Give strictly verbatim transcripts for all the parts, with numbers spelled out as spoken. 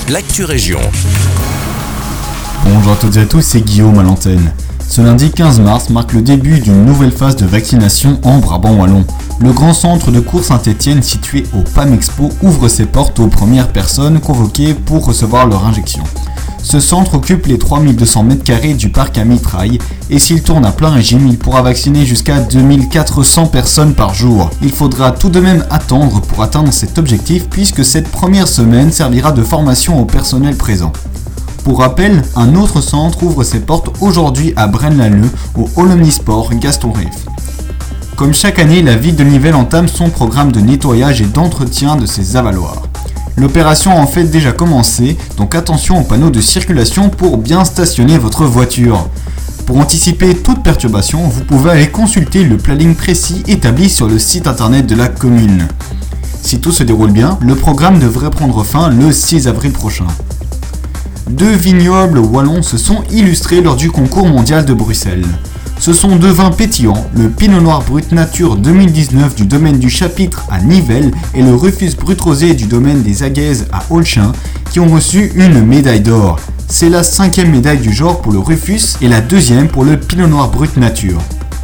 l'actu région. Bonjour à toutes et à tous, c'est Guillaume à l'antenne. Ce lundi quinze mars marque le début d'une nouvelle phase de vaccination en Brabant wallon. Le grand centre de cours Saint-Étienne situé au P A M Expo ouvre ses portes aux premières personnes convoquées pour recevoir leur injection. Ce centre occupe les trois mille deux cents mètres carrés du parc à Mitraille et s'il tourne à plein régime, il pourra vacciner jusqu'à deux mille quatre cents personnes par jour. Il faudra tout de même attendre pour atteindre cet objectif puisque cette première semaine servira de formation au personnel présent. Pour rappel, un autre centre ouvre ses portes aujourd'hui à Braine-l'Alleud au Hall Omnisport Gaston Reiff. Comme chaque année, la ville de Nivelles entame son programme de nettoyage et d'entretien de ses avaloirs. L'opération a en fait déjà commencé, donc attention aux panneaux de circulation pour bien stationner votre voiture. Pour anticiper toute perturbation, vous pouvez aller consulter le planning précis établi sur le site internet de la commune. Si tout se déroule bien, le programme devrait prendre fin le six avril prochain. Deux vignobles wallons se sont illustrés lors du concours mondial de Bruxelles. Ce sont deux vins pétillants, le Pinot Noir Brut Nature deux mille dix-neuf du domaine du Chapitre à Nivelles et le Rufus Brut Rosé du domaine des Aguaises à Olchin qui ont reçu une médaille d'or. C'est la cinquième médaille du genre pour le Rufus et la deuxième pour le Pinot Noir Brut Nature.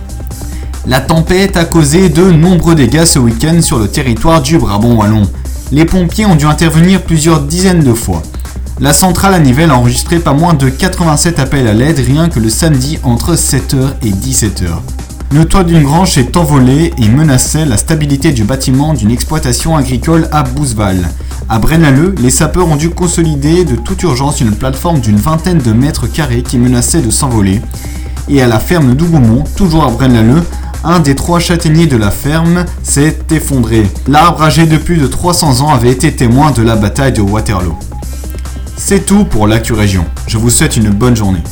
La tempête a causé de nombreux dégâts ce week-end sur le territoire du Brabant wallon. Les pompiers ont dû intervenir plusieurs dizaines de fois. La centrale à Nivelles a enregistré pas moins de quatre-vingt-sept appels à l'aide rien que le samedi entre sept heures et dix-sept heures. Le toit d'une grange est envolé et menaçait la stabilité du bâtiment d'une exploitation agricole à Bouzeval. À Braine-l'Alleud, les sapeurs ont dû consolider de toute urgence une plateforme d'une vingtaine de mètres carrés qui menaçait de s'envoler. Et à la ferme d'Hougoumont, toujours à Braine-l'Alleud, un des trois châtaigniers de la ferme s'est effondré. L'arbre âgé de plus de trois cents ans avait été témoin de la bataille de Waterloo. C'est tout pour l'actu région. Je vous souhaite une bonne journée.